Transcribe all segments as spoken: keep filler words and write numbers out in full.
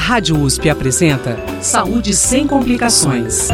Rádio U S P apresenta Saúde Sem Complicações.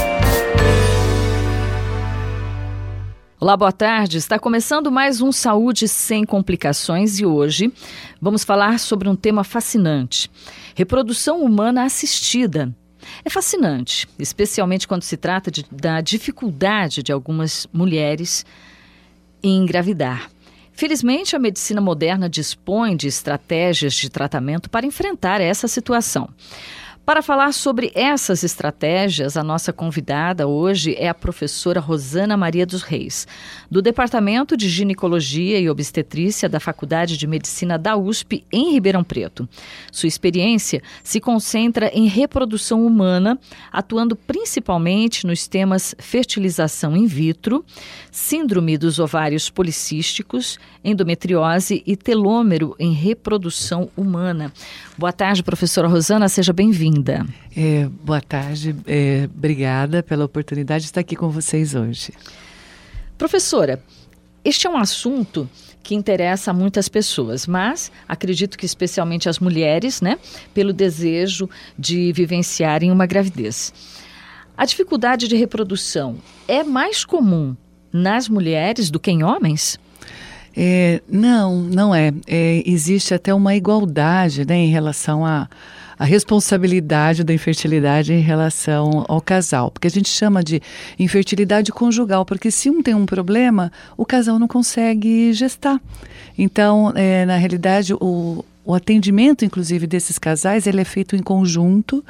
Olá, boa tarde. Está começando mais um Saúde Sem Complicações e hoje vamos falar sobre um tema fascinante: reprodução humana assistida. É fascinante, especialmente quando se trata de, da dificuldade de algumas mulheres em engravidar. Felizmente, a medicina moderna dispõe de estratégias de tratamento para enfrentar essa situação. Para falar sobre essas estratégias, a nossa convidada hoje é a professora Rosana Maria dos Reis, do Departamento de Ginecologia e Obstetrícia da Faculdade de Medicina da U S P em Ribeirão Preto. Sua experiência se concentra em reprodução humana, atuando principalmente nos temas fertilização in vitro, síndrome dos ovários policísticos, endometriose e telômero em reprodução humana. Boa tarde, professora Rosana, seja bem-vinda. É, boa tarde, é, obrigada pela oportunidade de estar aqui com vocês hoje. Professora, este é um assunto que interessa a muitas pessoas, mas acredito que especialmente as mulheres, né, pelo desejo de vivenciarem uma gravidez. A dificuldade de reprodução é mais comum nas mulheres do que em homens? É, não, não é. é. Existe até uma igualdade, né, em relação a a responsabilidade da infertilidade em relação ao casal, porque a gente chama de infertilidade conjugal, porque se um tem um problema, o casal não consegue gestar. Então, é, na realidade, o, o atendimento, inclusive, desses casais, ele é feito em conjunto,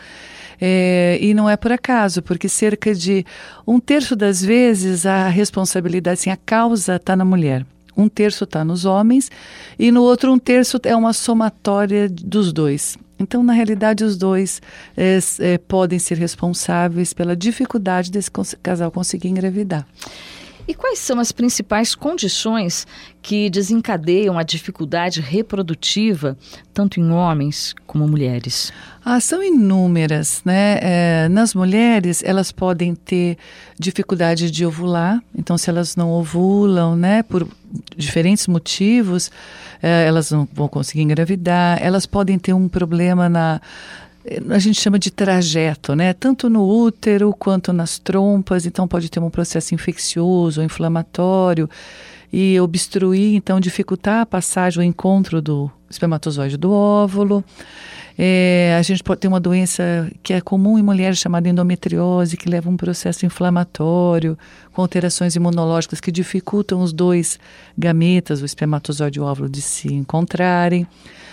é, e não é por acaso, porque cerca de um terço das vezes a responsabilidade, assim, a causa está na mulher. Um terço está nos homens e no outro um terço é uma somatória dos dois. Então, na realidade, os dois é, é, podem ser responsáveis pela dificuldade desse casal conseguir engravidar. E quais são as principais condições que desencadeiam a dificuldade reprodutiva, tanto em homens como mulheres? Ah, são inúmeras, né? É, nas mulheres, elas podem ter dificuldade de ovular. Então, se elas não ovulam, né, por diferentes motivos, é, elas não vão conseguir engravidar. Elas podem ter um problema na... a gente chama de trajeto, né? Tanto no útero quanto nas trompas, então pode ter um processo infeccioso ou inflamatório e obstruir, então dificultar a passagem, o encontro do espermatozoide do óvulo. É, a gente pode ter uma doença que é comum em mulheres chamada endometriose, que leva a um processo inflamatório, com alterações imunológicas que dificultam os dois gametas, o espermatozoide e o óvulo, de se encontrarem.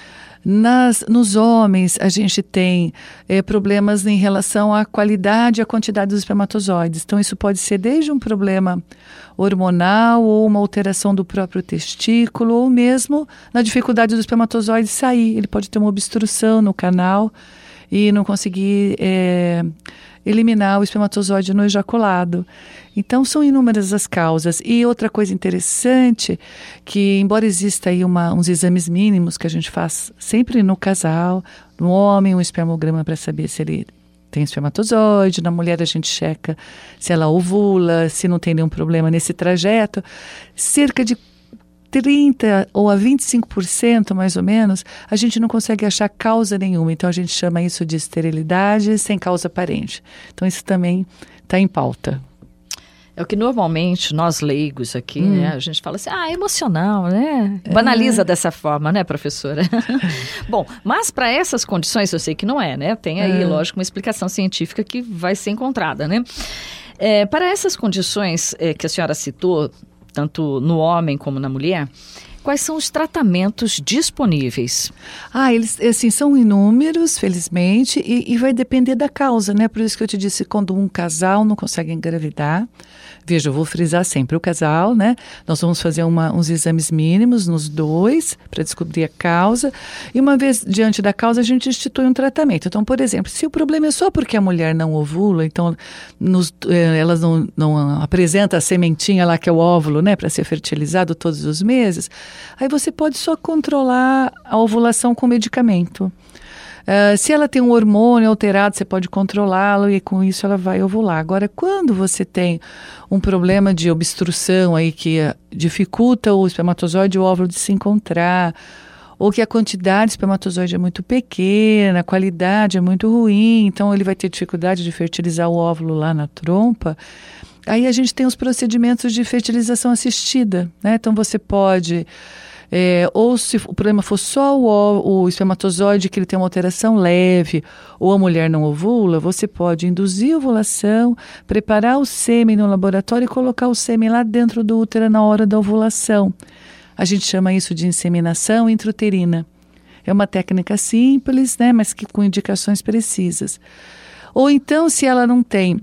Nas, nos homens, a gente tem é, problemas em relação à qualidade e à quantidade dos espermatozoides. Então, isso pode ser desde um problema hormonal ou uma alteração do próprio testículo, ou mesmo na dificuldade do espermatozoide sair. Ele pode ter uma obstrução no canal e não conseguir é, eliminar o espermatozoide no ejaculado. Então, são inúmeras as causas. E outra coisa interessante, que embora exista aí uma, uns exames mínimos que a gente faz sempre no casal, no homem, um espermograma para saber se ele tem espermatozoide, na mulher a gente checa se ela ovula, se não tem nenhum problema nesse trajeto, cerca de trinta ou a vinte e cinco por cento, mais ou menos, a gente não consegue achar causa nenhuma. Então, a gente chama isso de esterilidade sem causa aparente. Então, isso também está em pauta. É o que normalmente nós leigos aqui, hum. né, a gente fala assim, ah, é emocional, né? É. Banaliza dessa forma, né, professora? Bom, mas para essas condições, eu sei que não é, né? Tem aí, é. lógico, uma explicação científica que vai ser encontrada, né? É, para essas condições é, que a senhora citou, tanto no homem como na mulher, quais são os tratamentos disponíveis? Ah, eles, assim, são inúmeros, felizmente, e, e vai depender da causa, né? Por isso que eu te disse, quando um casal não consegue engravidar, veja, eu vou frisar sempre o casal, né? Nós vamos fazer uma, uns exames mínimos nos dois para descobrir a causa, e uma vez diante da causa a gente institui um tratamento. Então, por exemplo, se o problema é só porque a mulher não ovula, então nos, eh, elas não, não apresentam a sementinha lá que é o óvulo, né, para ser fertilizado todos os meses, aí você pode só controlar a ovulação com medicamento. Uh, se ela tem um hormônio alterado, você pode controlá-lo e com isso ela vai ovular. Agora, quando você tem um problema de obstrução aí que uh, dificulta o espermatozoide e o óvulo de se encontrar, ou que a quantidade de espermatozoide é muito pequena, a qualidade é muito ruim, então ele vai ter dificuldade de fertilizar o óvulo lá na trompa. Aí a gente tem os procedimentos de fertilização assistida, né? Então você pode, é, ou se o problema for só o, o espermatozoide, que ele tem uma alteração leve, ou a mulher não ovula, você pode induzir a ovulação, preparar o sêmen no laboratório e colocar o sêmen lá dentro do útero na hora da ovulação. A gente chama isso de inseminação intrauterina. É uma técnica simples, né, mas que com indicações precisas. Ou então, se ela não tem,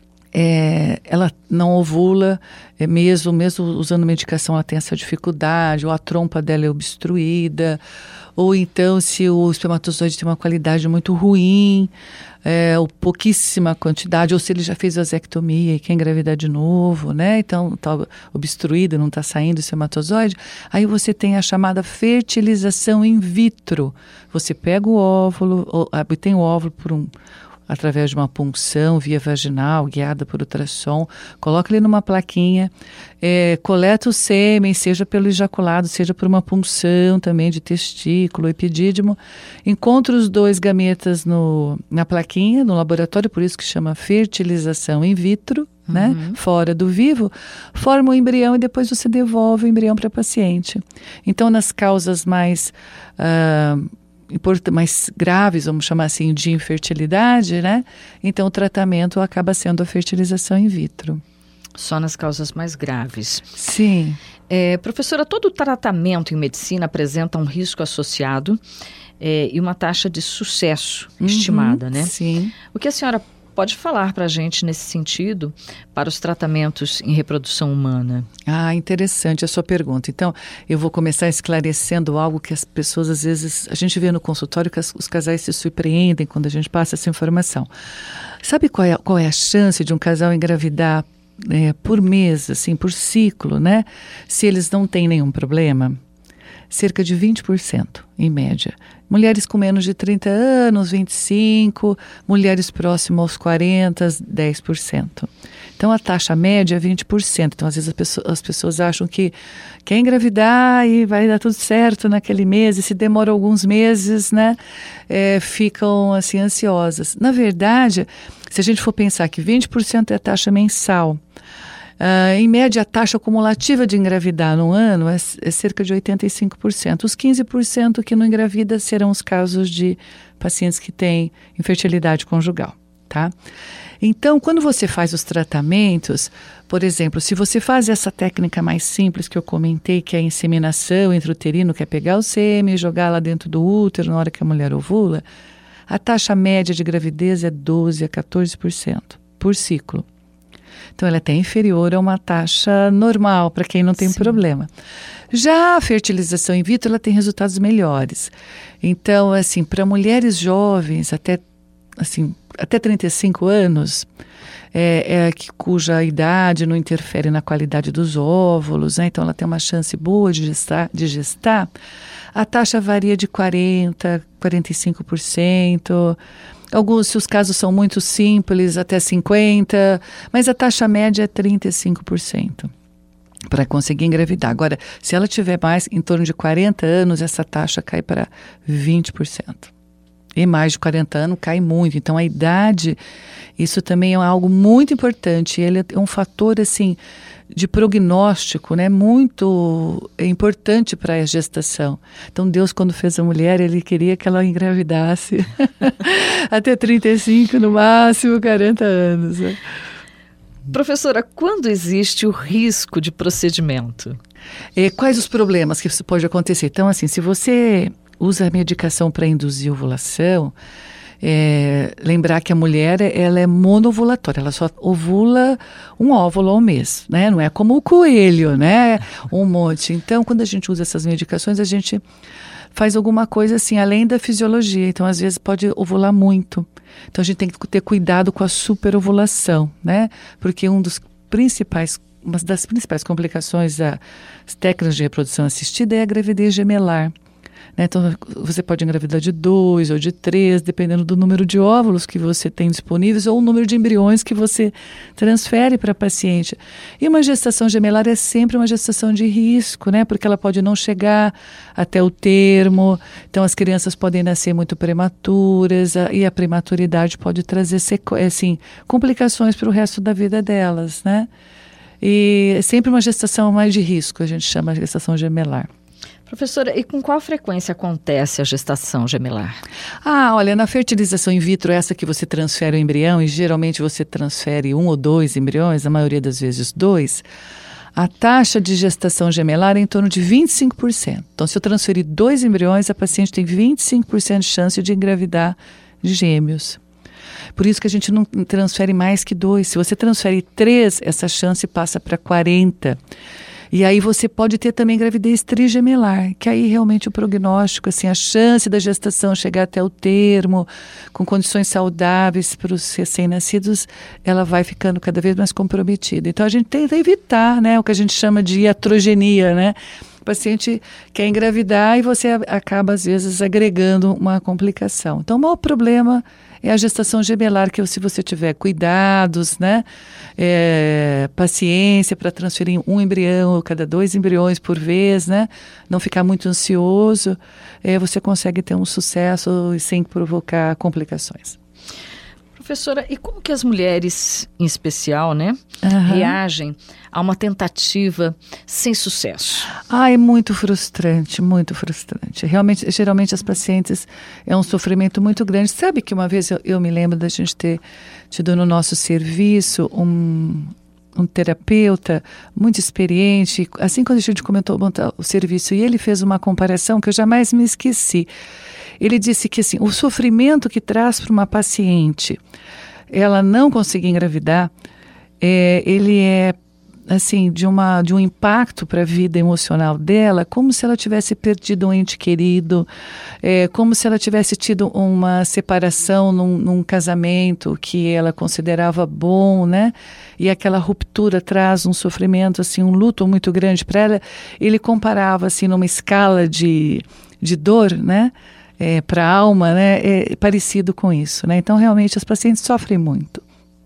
é, ela não ovula, é mesmo, mesmo usando medicação, ela tem essa dificuldade, ou a trompa dela é obstruída, ou então se o espermatozoide tem uma qualidade muito ruim, é, ou pouquíssima quantidade, ou se ele já fez vasectomia e quer engravidar de novo, né? Então está obstruído, não está saindo o espermatozoide, aí você tem a chamada fertilização in vitro. Você pega o óvulo, ou, obtém o óvulo por um através de uma punção via vaginal, guiada por ultrassom, coloca ele numa plaquinha, é, coleta o sêmen, seja pelo ejaculado, seja por uma punção também de testículo, epidídimo, encontra os dois gametas no, na plaquinha, no laboratório, por isso que chama fertilização in vitro, uhum. né, fora do vivo, forma o embrião e depois você devolve o embrião para a paciente. Então, nas causas mais... Uh, mais graves, vamos chamar assim, de infertilidade, né? Então o tratamento acaba sendo a fertilização in vitro. Só nas causas mais graves. Sim. É, professora, todo tratamento em medicina apresenta um risco associado é, e uma taxa de sucesso uhum, estimada, né? Sim. O que a senhora pode falar para a gente nesse sentido para os tratamentos em reprodução humana? Ah, interessante a sua pergunta. Então, eu vou começar esclarecendo algo que as pessoas, às vezes, a gente vê no consultório que as, os casais se surpreendem quando a gente passa essa informação. Sabe qual é, qual é a chance de um casal engravidar é, por mês, assim, por ciclo, né? Se eles não têm nenhum problema? Cerca de vinte por cento, em média. Mulheres com menos de trinta anos, vinte e cinco, mulheres próximas aos quarenta, dez por cento. Então, a taxa média é vinte por cento. Então, às vezes, as pessoas, as pessoas acham que quer engravidar e vai dar tudo certo naquele mês, e se demora alguns meses, né, é, ficam, assim, ansiosas. Na verdade, se a gente for pensar que vinte por cento é a taxa mensal, Uh, em média, a taxa acumulativa de engravidar no ano é, é cerca de oitenta e cinco por cento. Os quinze por cento que não engravida serão os casos de pacientes que têm infertilidade conjugal, tá? Então, quando você faz os tratamentos, por exemplo, se você faz essa técnica mais simples que eu comentei, que é a inseminação intrauterina, que é pegar o sêmen e jogar lá dentro do útero na hora que a mulher ovula, a taxa média de gravidez é doze a quatorze por cento por ciclo. Então, ela é até inferior a uma taxa normal, para quem não tem Sim. problema. Já a fertilização in vitro, ela tem resultados melhores. Então, assim, para mulheres jovens, até, assim, até trinta e cinco anos, é, é, que, cuja idade não interfere na qualidade dos óvulos, né? Então ela tem uma chance boa de gestar, de gestar, a taxa varia de quarenta por cento, quarenta e cinco por cento. Alguns, se os casos são muito simples, até cinquenta por cento, mas a taxa média é trinta e cinco por cento para conseguir engravidar. Agora, se ela tiver mais, em torno de quarenta anos, essa taxa cai para vinte por cento. E mais de quarenta anos cai muito. Então, a idade, isso também é algo muito importante. Ele é um fator, assim, de prognóstico, né, muito importante para a gestação. Então, Deus, quando fez a mulher, Ele queria que ela engravidasse até trinta e cinco, no máximo quarenta anos. Né? Professora, quando existe o risco de procedimento? E quais os problemas que isso pode acontecer? Então, assim, se você usa a medicação para induzir ovulação, É, lembrar que a mulher, ela é monovulatória, ela só ovula um óvulo ao mês, né? Não é como o coelho, né? Um monte. Então, quando a gente usa essas medicações, a gente faz alguma coisa assim, além da fisiologia. Então, às vezes, pode ovular muito. Então, a gente tem que ter cuidado com a superovulação, né? Porque um dos principais, uma das principais complicações das técnicas de reprodução assistida é a gravidez gemelar. Né? Então, você pode engravidar de dois ou de três, dependendo do número de óvulos que você tem disponíveis ou o número de embriões que você transfere para a paciente. E uma gestação gemelar é sempre uma gestação de risco, né? Porque ela pode não chegar até o termo, então as crianças podem nascer muito prematuras a, e a prematuridade pode trazer sequ... assim, complicações para o resto da vida delas, né? E é sempre uma gestação mais de risco, a gente chama de gestação gemelar. Professora, e com qual frequência acontece a gestação gemelar? Ah, olha, na fertilização in vitro, essa que você transfere o embrião, e geralmente você transfere um ou dois embriões, a maioria das vezes dois, a taxa de gestação gemelar é em torno de vinte e cinco por cento. Então, se eu transferir dois embriões, a paciente tem vinte e cinco por cento de chance de engravidar de gêmeos. Por isso que a gente não transfere mais que dois. Se você transfere três, essa chance passa para quarenta por cento. E aí você pode ter também gravidez trigemelar, que aí realmente o prognóstico, assim, a chance da gestação chegar até o termo, com condições saudáveis para os recém-nascidos, ela vai ficando cada vez mais comprometida. Então a gente tenta evitar, né, o que a gente chama de iatrogenia, né? O paciente quer engravidar e você acaba, às vezes, agregando uma complicação. Então o maior problema é a gestação gemelar, que se você tiver cuidados, né, é, paciência para transferir um embrião ou cada dois embriões por vez, né, não ficar muito ansioso, é, você consegue ter um sucesso sem provocar complicações. Professora, e como que as mulheres, em especial, né, uhum. reagem a uma tentativa sem sucesso? Ah, é muito frustrante, muito frustrante. Realmente, geralmente as pacientes, é um sofrimento muito grande. Sabe que uma vez eu, eu me lembro da gente ter tido no nosso serviço um, um terapeuta muito experiente, assim quando a gente comentou montar o serviço, e ele fez uma comparação que eu jamais me esqueci. Ele disse que assim, o sofrimento que traz para uma paciente ela não conseguir engravidar, é, ele é assim, de, uma, de um impacto para a vida emocional dela, como se ela tivesse perdido um ente querido, é, como se ela tivesse tido uma separação num, num casamento que ela considerava bom, né? E aquela ruptura traz um sofrimento, assim, um luto muito grande para ela. Ele comparava, assim, numa escala de, de dor, né? É, para a alma, né? É parecido com isso, né? Então, realmente, as pacientes sofrem muito.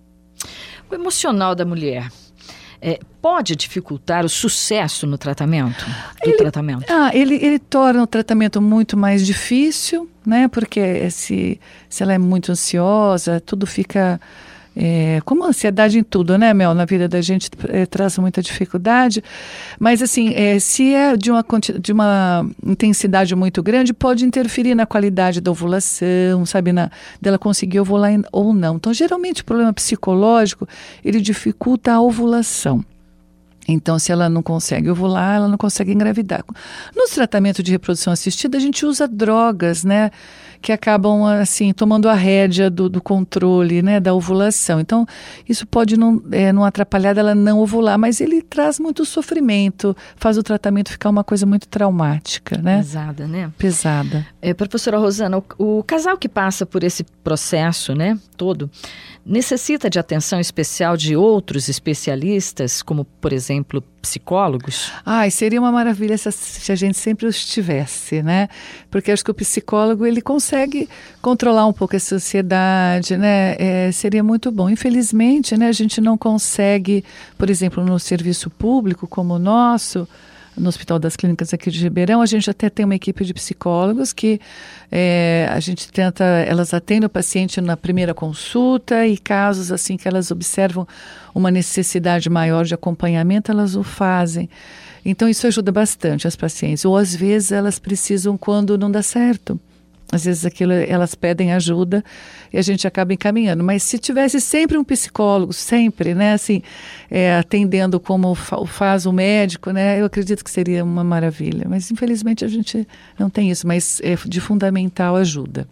O emocional da mulher É, pode dificultar o sucesso no tratamento? Do ele, tratamento? Ah, ele, ele torna o tratamento muito mais difícil, né? Porque se, se ela é muito ansiosa, tudo fica... É, como ansiedade em tudo, né, Mel? Na vida da gente é, traz muita dificuldade. Mas, assim, é, se é de uma, de uma intensidade muito grande, pode interferir na qualidade da ovulação, sabe? Na, dela conseguir ovular ou não. Então, geralmente, o problema psicológico, ele dificulta a ovulação. Então, se ela não consegue ovular, ela não consegue engravidar. Nos tratamentos de reprodução assistida, a gente usa drogas, né? Que acabam, assim, tomando a rédea do, do controle, né, da ovulação. Então, isso pode não, é, não atrapalhar dela não ovular, mas ele traz muito sofrimento, faz o tratamento ficar uma coisa muito traumática, né? Pesada, né? Pesada. É, professora Rosana, o, o casal que passa por esse processo, né, todo, necessita de atenção especial de outros especialistas, como, por exemplo, psicólogos? Ai, seria uma maravilha se a, se a gente sempre os tivesse, né? Porque acho que o psicólogo, ele consegue controlar um pouco essa ansiedade, né? É, seria muito bom. Infelizmente, né, a gente não consegue, por exemplo, no serviço público como o nosso, no Hospital das Clínicas aqui de Ribeirão, a gente até tem uma equipe de psicólogos que é, a gente tenta, elas atendem o paciente na primeira consulta e casos assim que elas observam uma necessidade maior de acompanhamento, elas o fazem. Então isso ajuda bastante as pacientes. Ou às vezes elas precisam quando não dá certo. Às vezes aquilo, elas pedem ajuda e a gente acaba encaminhando. Mas se tivesse sempre um psicólogo, sempre, né, assim, é, atendendo como fa- faz o médico, né, eu acredito que seria uma maravilha. Mas infelizmente a gente não tem isso, mas é de fundamental ajuda.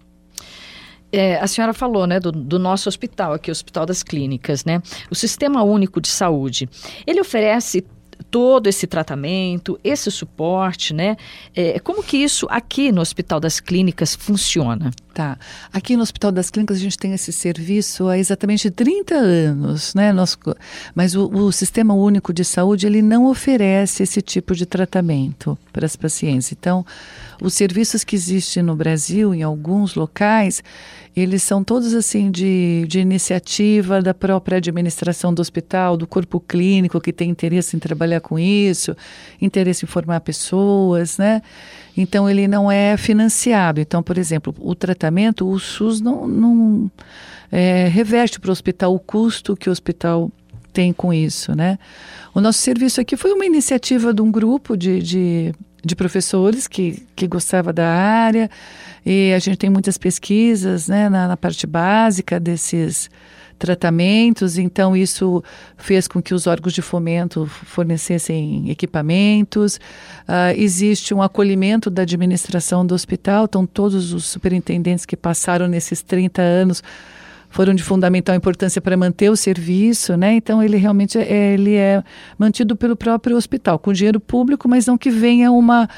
É, a senhora falou, né, do, do nosso hospital, aqui o Hospital das Clínicas, né? O Sistema Único de Saúde, ele oferece todo esse tratamento, esse suporte, né? É, como que isso aqui no Hospital das Clínicas funciona? Tá. Aqui no Hospital das Clínicas a gente tem esse serviço há exatamente trinta anos, né? Nós, mas o, o Sistema Único de Saúde, ele não oferece esse tipo de tratamento para as pacientes. Então, os serviços que existem no Brasil, em alguns locais, eles são todos assim de, de iniciativa da própria administração do hospital, do corpo clínico que tem interesse em trabalhar com isso, interesse em formar pessoas, né? Então, ele não é financiado. Então, por exemplo, o tratamento, o SUS não, não é, reverte para o hospital o custo que o hospital tem com isso, né? O nosso serviço aqui foi uma iniciativa de um grupo de, de, de professores que, que gostava da área, e a gente tem muitas pesquisas, né, na, na parte básica desses tratamentos, então isso fez com que os órgãos de fomento fornecessem equipamentos. Uh, existe um acolhimento da administração do hospital, então todos os superintendentes que passaram nesses trinta anos foram de fundamental importância para manter o serviço, né? Então ele realmente é, ele é mantido pelo próprio hospital, com dinheiro público, mas não que venha uma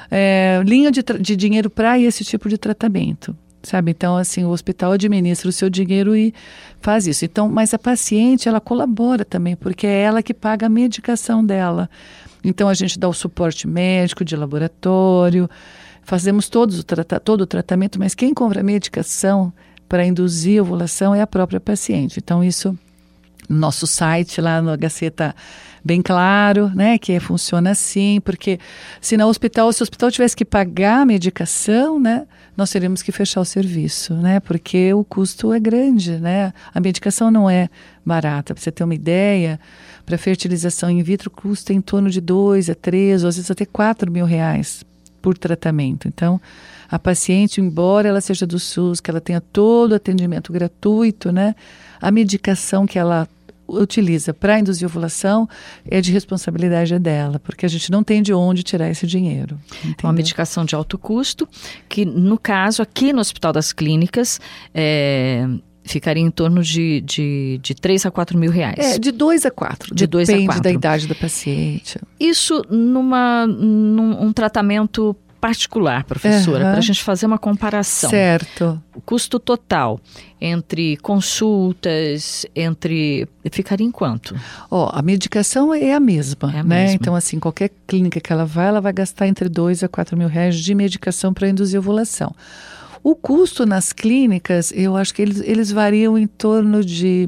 é, linha de, de dinheiro para esse tipo de tratamento. Sabe? Então, assim, o hospital administra o seu dinheiro e faz isso. Então, mas a paciente, ela colabora também, porque é ela que paga a medicação dela. Então, a gente dá o suporte médico, de laboratório, fazemos todos o trata- todo o tratamento, mas quem compra a medicação para induzir a ovulação é a própria paciente. Então, isso, no nosso site, lá no H C está bem claro, né, que funciona assim, porque se no hospital, se o hospital tivesse que pagar a medicação, né, nós teríamos que fechar o serviço, né, porque o custo é grande, né, a medicação não é barata. Para você ter uma ideia, para fertilização in vitro custa em torno de dois a três, ou às vezes até quatro mil reais por tratamento. Então, a paciente, embora ela seja do SUS, que ela tenha todo o atendimento gratuito, né, a medicação que ela utiliza para induzir ovulação é de responsabilidade dela, porque a gente não tem de onde tirar esse dinheiro. Entendeu? Uma medicação de alto custo, que no caso aqui no Hospital das Clínicas é, ficaria em torno de, de, de três a quatro mil reais. É, de dois a quatro. De dois a quatro. Depende da idade da paciente. Isso numa, num um tratamento particular, professora, uhum. para a gente fazer uma comparação. Certo. O custo total entre consultas, entre... ficaria em quanto? Ó, a medicação é a mesma, é a né? mesma. Então, assim, qualquer clínica que ela vai, ela vai gastar entre dois a quatro mil reais de medicação para induzir ovulação. O custo nas clínicas, eu acho que eles, eles variam em torno de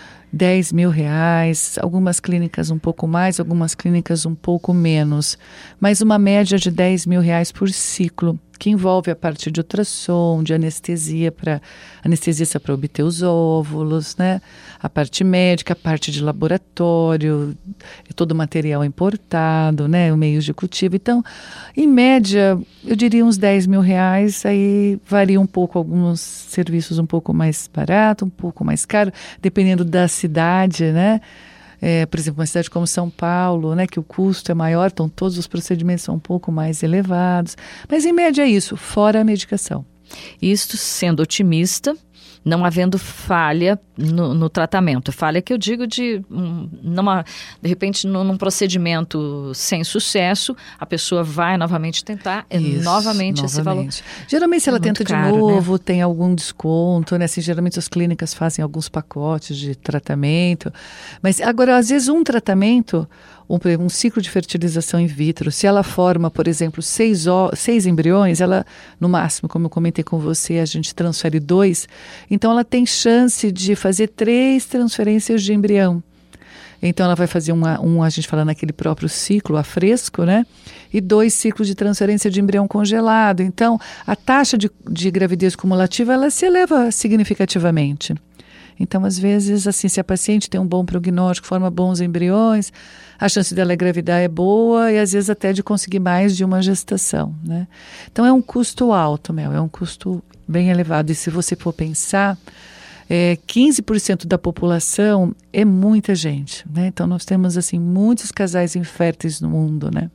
dez mil reais, algumas clínicas um pouco mais, algumas clínicas um pouco menos, mas uma média de dez mil reais por ciclo, que envolve a parte de ultrassom, de anestesia para anestesia para obter os óvulos, né? A parte médica, a parte de laboratório, todo o material importado, né? O meio de cultivo. Então, em média, eu diria uns dez mil reais, aí varia um pouco, alguns serviços um pouco mais barato, um pouco mais caro, dependendo da cidade, né? É, por exemplo, uma cidade como São Paulo, né, que o custo é maior, então todos os procedimentos são um pouco mais elevados. Mas, em média, é isso, fora a medicação. Isto sendo otimista, não havendo falha no, no tratamento. Falha que eu digo de, um, numa, de repente, num, num procedimento sem sucesso, a pessoa vai novamente tentar, e Isso, novamente, novamente esse valor. Geralmente, se ela é tenta de caro, novo, né? Tem algum desconto, né? Assim, geralmente as clínicas fazem alguns pacotes de tratamento. Mas agora, às vezes, um tratamento, um, um ciclo de fertilização in vitro, se ela forma, por exemplo, seis, ó, seis embriões, ela, no máximo, como eu comentei com você, a gente transfere dois, então ela tem chance de fazer três transferências de embrião. Então ela vai fazer uma, um, a gente fala naquele próprio ciclo, a fresco, né? E dois ciclos de transferência de embrião congelado. Então a taxa de, de gravidez cumulativa, ela se eleva significativamente. Então, às vezes, assim, se a paciente tem um bom prognóstico, forma bons embriões, a chance dela engravidar é boa e, às vezes, até de conseguir mais de uma gestação, né? Então, é um custo alto, Mel, é um custo bem elevado. E se você for pensar, é, quinze por cento da população é muita gente, né? Então, nós temos, assim, muitos casais inférteis no mundo, né?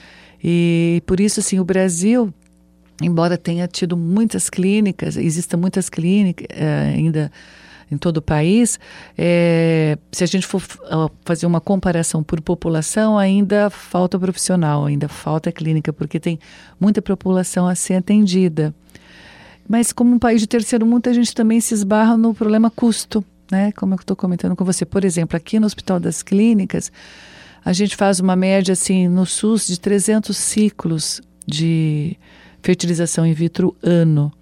E, por isso, assim, o Brasil, embora tenha tido muitas clínicas, existam muitas clínicas uh, ainda... em todo o país, é, se a gente for fazer uma comparação por população, ainda falta profissional, ainda falta clínica, porque tem muita população a ser atendida. Mas como um país de terceiro mundo, a gente também se esbarra no problema custo, né? Como eu estou comentando com você. Por exemplo, aqui no Hospital das Clínicas, a gente faz uma média assim, no SUS de trezentos ciclos de fertilização in vitro ano.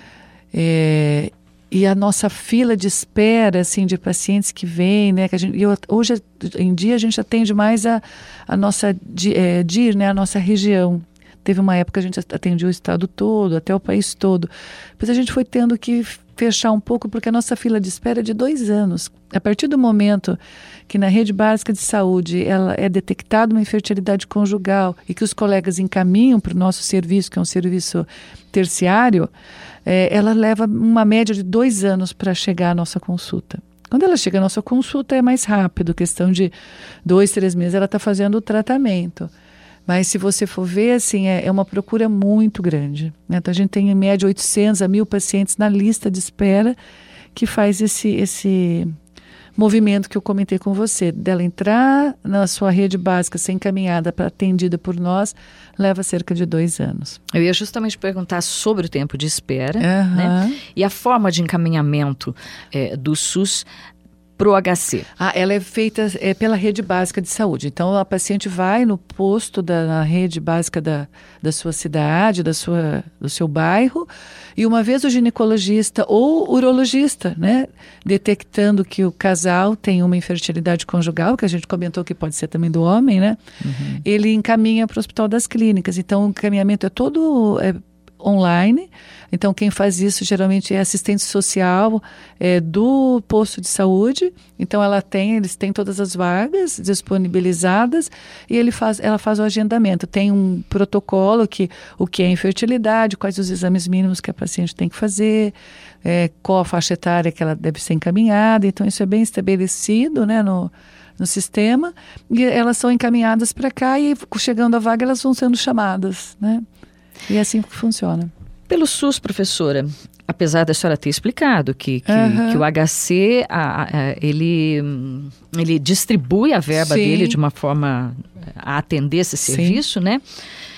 É, e a nossa fila de espera assim, de pacientes que vêm, né, que a gente, eu, hoje em dia a gente atende mais a, a nossa D I R, né, a nossa região. Teve uma época que a gente atendia o estado todo, até o país todo. Depois a gente foi tendo que fechar um pouco, porque a nossa fila de espera é de dois anos. A partir do momento que na rede básica de saúde ela é detectada uma infertilidade conjugal e que os colegas encaminham para o nosso serviço, que é um serviço terciário, é, ela leva uma média de dois anos para chegar à nossa consulta. Quando ela chega à nossa consulta é mais rápido, questão de dois, três meses ela está fazendo o tratamento. Mas se você for ver, assim, é, é uma procura muito grande, né? Então a gente tem em média oitocentos a mil pacientes na lista de espera que faz esse, esse movimento que eu comentei com você, dela entrar na sua rede básica, ser encaminhada para atendida por nós, leva cerca de dois anos. Eu ia justamente perguntar sobre o tempo de espera, uhum. né? E a forma de encaminhamento é, do SUS para o H C. Ah, ela é feita é, pela rede básica de saúde. Então, a paciente vai no posto da na rede básica da, da sua cidade, da sua, do seu bairro, e uma vez o ginecologista ou urologista, né, detectando que o casal tem uma infertilidade conjugal, que a gente comentou que pode ser também do homem, né, uhum. ele encaminha para o Hospital das Clínicas. Então, o encaminhamento é todo é, online. Então, quem faz isso geralmente é assistente social é, do posto de saúde. Então, ela tem, eles têm todas as vagas disponibilizadas e ele faz, ela faz o agendamento. Tem um protocolo que o que é infertilidade, quais os exames mínimos que a paciente tem que fazer, é, qual a faixa etária que ela deve ser encaminhada. Então, isso é bem estabelecido, né, no, no sistema. E elas são encaminhadas para cá e, chegando à vaga, elas vão sendo chamadas, né? E é assim que funciona. Pelo SUS, professora, apesar da senhora ter explicado que, que, uhum. que o H C, a, a, ele, ele distribui a verba Sim. dele de uma forma a atender esse serviço, Sim. né?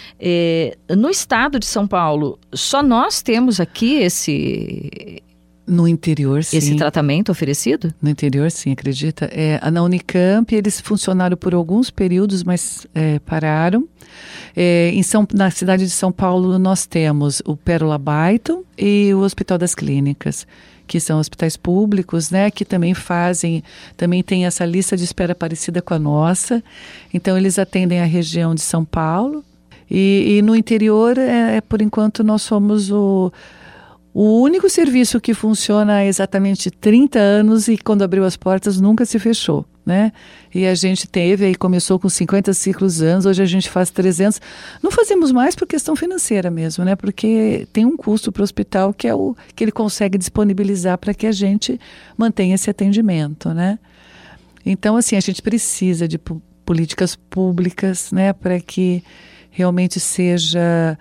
É, no estado de São Paulo, só nós temos aqui esse... No interior, sim. Esse tratamento oferecido? No interior, sim, acredita. É, na Unicamp, eles funcionaram por alguns períodos, mas é, pararam. É, em São, na cidade de São Paulo, nós temos o Pérola Byton e o Hospital das Clínicas, que são hospitais públicos, né, que também fazem, também tem essa lista de espera parecida com a nossa. Então, eles atendem a região de São Paulo. E, e no interior, é, é, por enquanto, nós somos o... O único serviço que funciona há exatamente trinta anos e quando abriu as portas nunca se fechou, né? E a gente teve, aí começou com cinquenta ciclos anos, hoje a gente faz trezentos. Não fazemos mais por questão financeira mesmo, né? Porque tem um custo para o hospital que é o que ele consegue disponibilizar para que a gente mantenha esse atendimento, né? Então, assim, a gente precisa de p- políticas públicas, né? Para que realmente seja...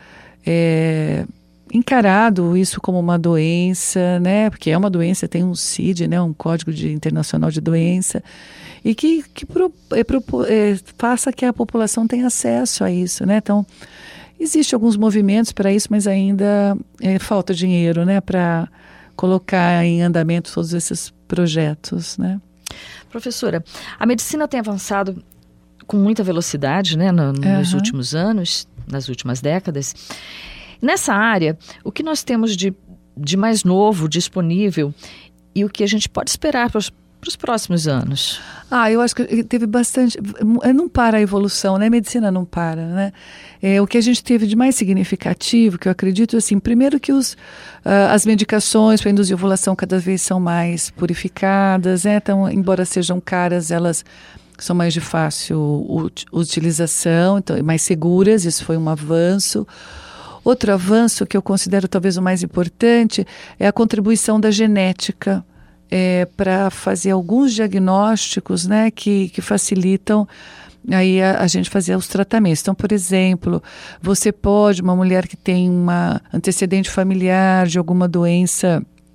É, encarado isso como uma doença, né? Porque é uma doença, tem um C I D, né? Um Código de, Internacional de Doença, e que, que pro, é, pro, é, faça que a população tenha acesso a isso, né? Então, existem alguns movimentos para isso, mas ainda é, falta dinheiro, né? Para colocar em andamento todos esses projetos, né? Professora, a medicina tem avançado com muita velocidade, né? No, nos uhum. últimos anos, nas últimas décadas. Nessa área, o que nós temos de, de mais novo disponível e o que a gente pode esperar para os próximos anos? Ah, eu acho que teve bastante... Não para a evolução, né? A medicina não para, né? É, o que a gente teve de mais significativo, que eu acredito, assim, primeiro que os, uh, as medicações para induzir ovulação cada vez são mais purificadas, né? Então, embora sejam caras, elas são mais de fácil ut- utilização, então, mais seguras, isso foi um avanço. Outro avanço que eu considero talvez o mais importante é a contribuição da genética é, para fazer alguns diagnósticos, né, que, que facilitam aí a, a gente fazer os tratamentos. Então, por exemplo, você pode, uma mulher que tem um antecedente familiar de alguma doença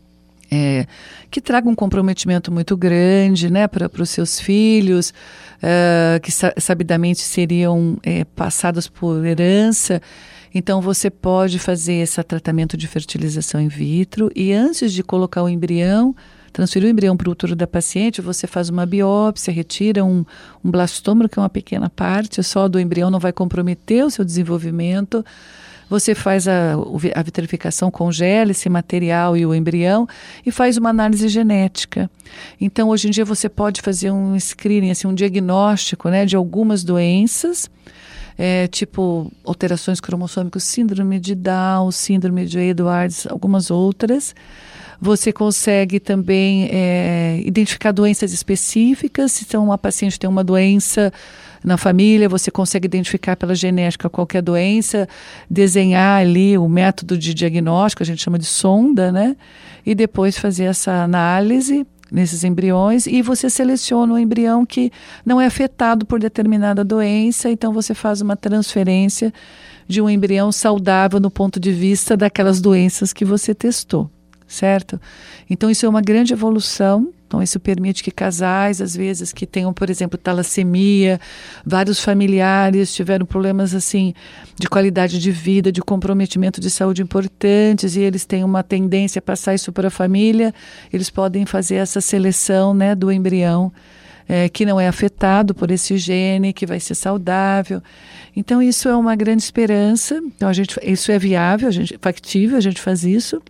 É, que traga um comprometimento muito grande, né, para os seus filhos, uh, que sa- sabidamente seriam é, passados por herança. Então você pode fazer esse tratamento de fertilização in vitro e antes de colocar o embrião, transferir o embrião para o útero da paciente, você faz uma biópsia, retira um, um blastômero, que é uma pequena parte só do embrião, não vai comprometer o seu desenvolvimento. Você faz a, a vitrificação, congela esse material e o embrião e faz uma análise genética. Então, hoje em dia, você pode fazer um screening, assim, um diagnóstico, né, de algumas doenças, é, tipo alterações cromossômicas, síndrome de Down, síndrome de Edwards, algumas outras. Você consegue também é, identificar doenças específicas. Se uma paciente tem uma doença na família, você consegue identificar pela genética qualquer doença, desenhar ali o método de diagnóstico, a gente chama de sonda, né? E depois fazer essa análise nesses embriões e você seleciona o embrião que não é afetado por determinada doença, então você faz uma transferência de um embrião saudável no ponto de vista daquelas doenças que você testou, certo? Então isso é uma grande evolução. Então, isso permite que casais, às vezes, que tenham, por exemplo, talassemia, vários familiares tiveram problemas, assim, de qualidade de vida, de comprometimento de saúde importantes, e eles têm uma tendência a passar isso para a família, eles podem fazer essa seleção, né, do embrião, é, que não é afetado por esse gene, que vai ser saudável. Então, isso é uma grande esperança. Então, a gente, isso é viável, a gente, factível, a gente faz isso.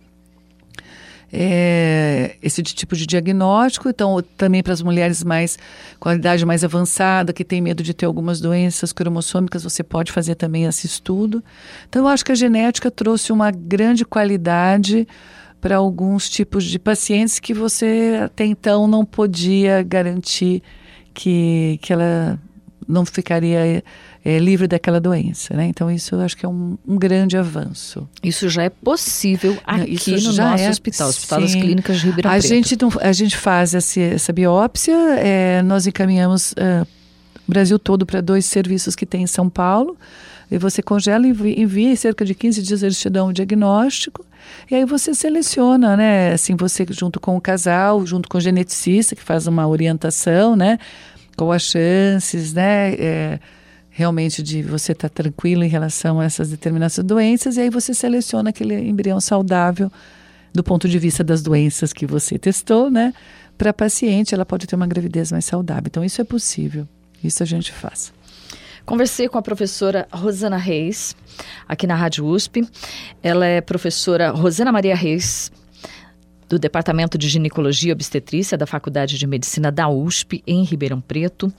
É, esse tipo de diagnóstico, então também para as mulheres mais com a idade mais avançada, que tem medo de ter algumas doenças cromossômicas, você pode fazer também esse estudo. Então eu acho que a genética trouxe uma grande qualidade para alguns tipos de pacientes que você até então não podia garantir que, que ela não ficaria é, livre daquela doença, né? Então isso eu acho que é um, um grande avanço. Isso já é possível aqui isso no já nosso é, hospital, Hospital sim. das Clínicas de Ribeirão a Preto. Gente, a gente faz essa, essa biópsia, é, nós encaminhamos uh, o Brasil todo para dois serviços que tem em São Paulo, e você congela e envia, envia, em cerca de quinze dias eles te dão um diagnóstico, e aí você seleciona, né? Assim, você junto com o casal, junto com o geneticista, que faz uma orientação, né? Com as chances, né? É, realmente de você estar tá tranquilo em relação a essas determinadas doenças, e aí você seleciona aquele embrião saudável do ponto de vista das doenças que você testou, né? Para a paciente, ela pode ter uma gravidez mais saudável. Então, isso é possível. Isso a gente faz. Conversei com a professora Rosana Reis, aqui na Rádio U S P. Ela é professora Rosana Maria Reis, do Departamento de Ginecologia e Obstetrícia da Faculdade de Medicina da U S P, em Ribeirão Preto.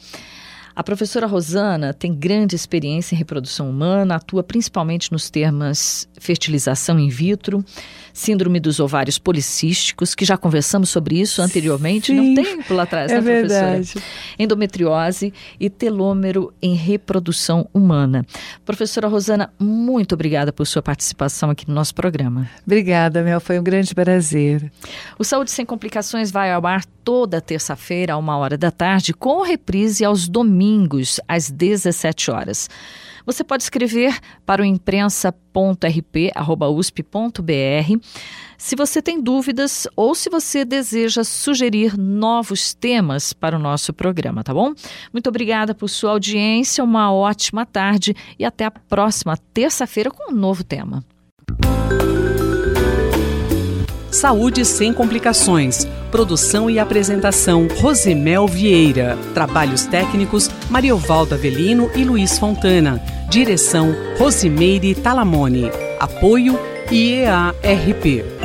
A professora Rosana tem grande experiência em reprodução humana, atua principalmente nos temas fertilização in vitro, síndrome dos ovários policísticos, que já conversamos sobre isso anteriormente, Sim, não tempo lá atrás, é né, professora? verdade. Endometriose e telômero em reprodução humana. Professora Rosana, muito obrigada por sua participação aqui no nosso programa. Obrigada, Mel, foi um grande prazer. O Saúde Sem Complicações vai ao ar toda terça-feira, a uma hora da tarde, com reprise aos domingos, às dezessete horas. Você pode escrever para o imprensa ponto r p arroba u s p ponto b r se você tem dúvidas ou se você deseja sugerir novos temas para o nosso programa, tá bom? Muito obrigada por sua audiência, uma ótima tarde e até a próxima terça-feira com um novo tema. Saúde Sem Complicações. Produção e apresentação Rosemel Vieira. Trabalhos técnicos Mariovaldo Avelino e Luiz Fontana. Direção Rosimeire Talamone. Apoio I E A R P.